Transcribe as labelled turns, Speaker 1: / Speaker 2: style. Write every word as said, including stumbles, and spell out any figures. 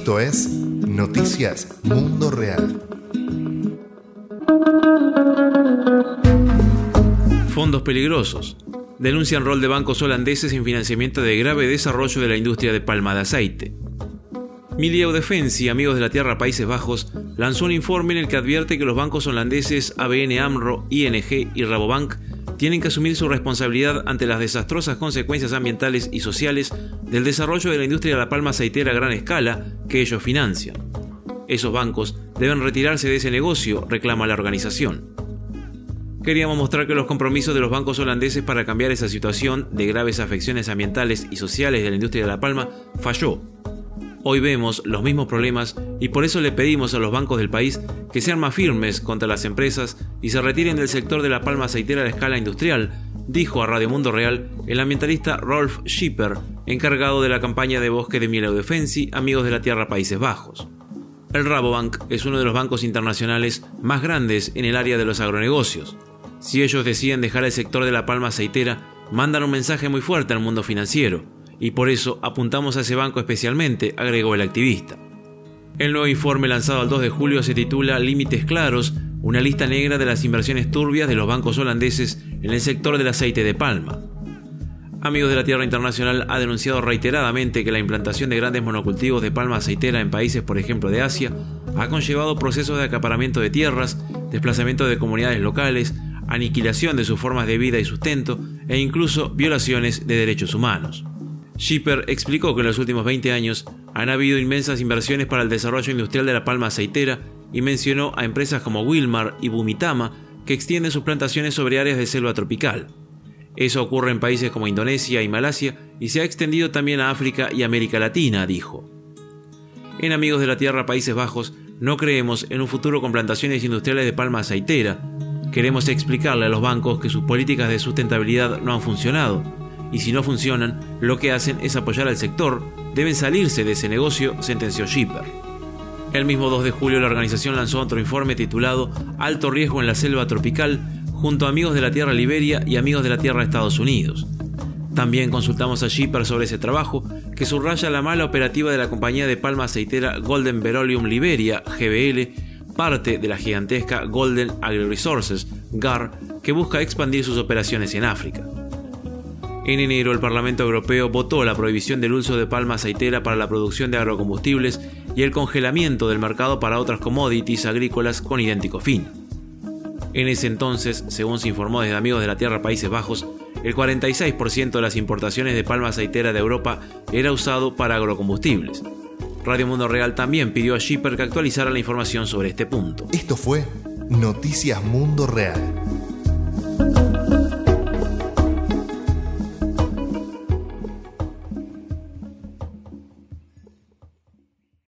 Speaker 1: Esto es Noticias Mundo Real.
Speaker 2: Fondos peligrosos. Denuncian rol de bancos holandeses en financiamiento de grave desarrollo de la industria de palma de aceite. Milieu-Defensie, Amigos de la Tierra Países Bajos, lanzó un informe en el que advierte que los bancos holandeses A B N AMRO, I N G y Rabobank tienen que asumir su responsabilidad ante las desastrosas consecuencias ambientales y sociales del desarrollo de la industria de la palma aceitera a gran escala que ellos financian. Esos bancos deben retirarse de ese negocio, reclama la organización. Queríamos mostrar que los compromisos de los bancos holandeses para cambiar esa situación de graves afecciones ambientales y sociales de la industria de la palma falló. Hoy vemos los mismos problemas y por eso le pedimos a los bancos del país que sean más firmes contra las empresas y se retiren del sector de la palma aceitera a escala industrial, dijo a Radio Mundo Real el ambientalista Rolf Schipper, encargado de la campaña de bosque de Milieu-Defensie, Amigos de la Tierra Países Bajos. El Rabobank es uno de los bancos internacionales más grandes en el área de los agronegocios. Si ellos deciden dejar el sector de la palma aceitera, mandan un mensaje muy fuerte al mundo financiero, y por eso apuntamos a ese banco especialmente, agregó el activista. El nuevo informe lanzado el dos de julio se titula Límites claros, una lista negra de las inversiones turbias de los bancos holandeses en el sector del aceite de palma. Amigos de la Tierra Internacional ha denunciado reiteradamente que la implantación de grandes monocultivos de palma aceitera en países, por ejemplo, de Asia, ha conllevado procesos de acaparamiento de tierras, desplazamiento de comunidades locales, aniquilación de sus formas de vida y sustento e incluso violaciones de derechos humanos. Schipper explicó que en los últimos veinte años han habido inmensas inversiones para el desarrollo industrial de la palma aceitera y mencionó a empresas como Wilmar y Bumitama que extienden sus plantaciones sobre áreas de selva tropical. Eso ocurre en países como Indonesia y Malasia y se ha extendido también a África y América Latina, dijo. En Amigos de la Tierra Países Bajos no creemos en un futuro con plantaciones industriales de palma aceitera. Queremos explicarle a los bancos que sus políticas de sustentabilidad no han funcionado, y si no funcionan, lo que hacen es apoyar al sector, deben salirse de ese negocio, sentenció Schipper. El mismo dos de julio la organización lanzó otro informe titulado Alto riesgo en la selva tropical, junto a Amigos de la Tierra Liberia y Amigos de la Tierra Estados Unidos. También consultamos a Schipper sobre ese trabajo, que subraya la mala operativa de la compañía de palma aceitera Golden Berolium Liberia, G B L, parte de la gigantesca Golden Agri-Resources, G A R, que busca expandir sus operaciones en África. En enero, el Parlamento Europeo votó la prohibición del uso de palma aceitera para la producción de agrocombustibles y el congelamiento del mercado para otras commodities agrícolas con idéntico fin. En ese entonces, según se informó desde Amigos de la Tierra Países Bajos, el cuarenta y seis por ciento de las importaciones de palma aceitera de Europa era usado para agrocombustibles. Radio Mundo Real también pidió a Schipper que actualizara la información sobre este punto.
Speaker 1: Esto fue Noticias Mundo Real.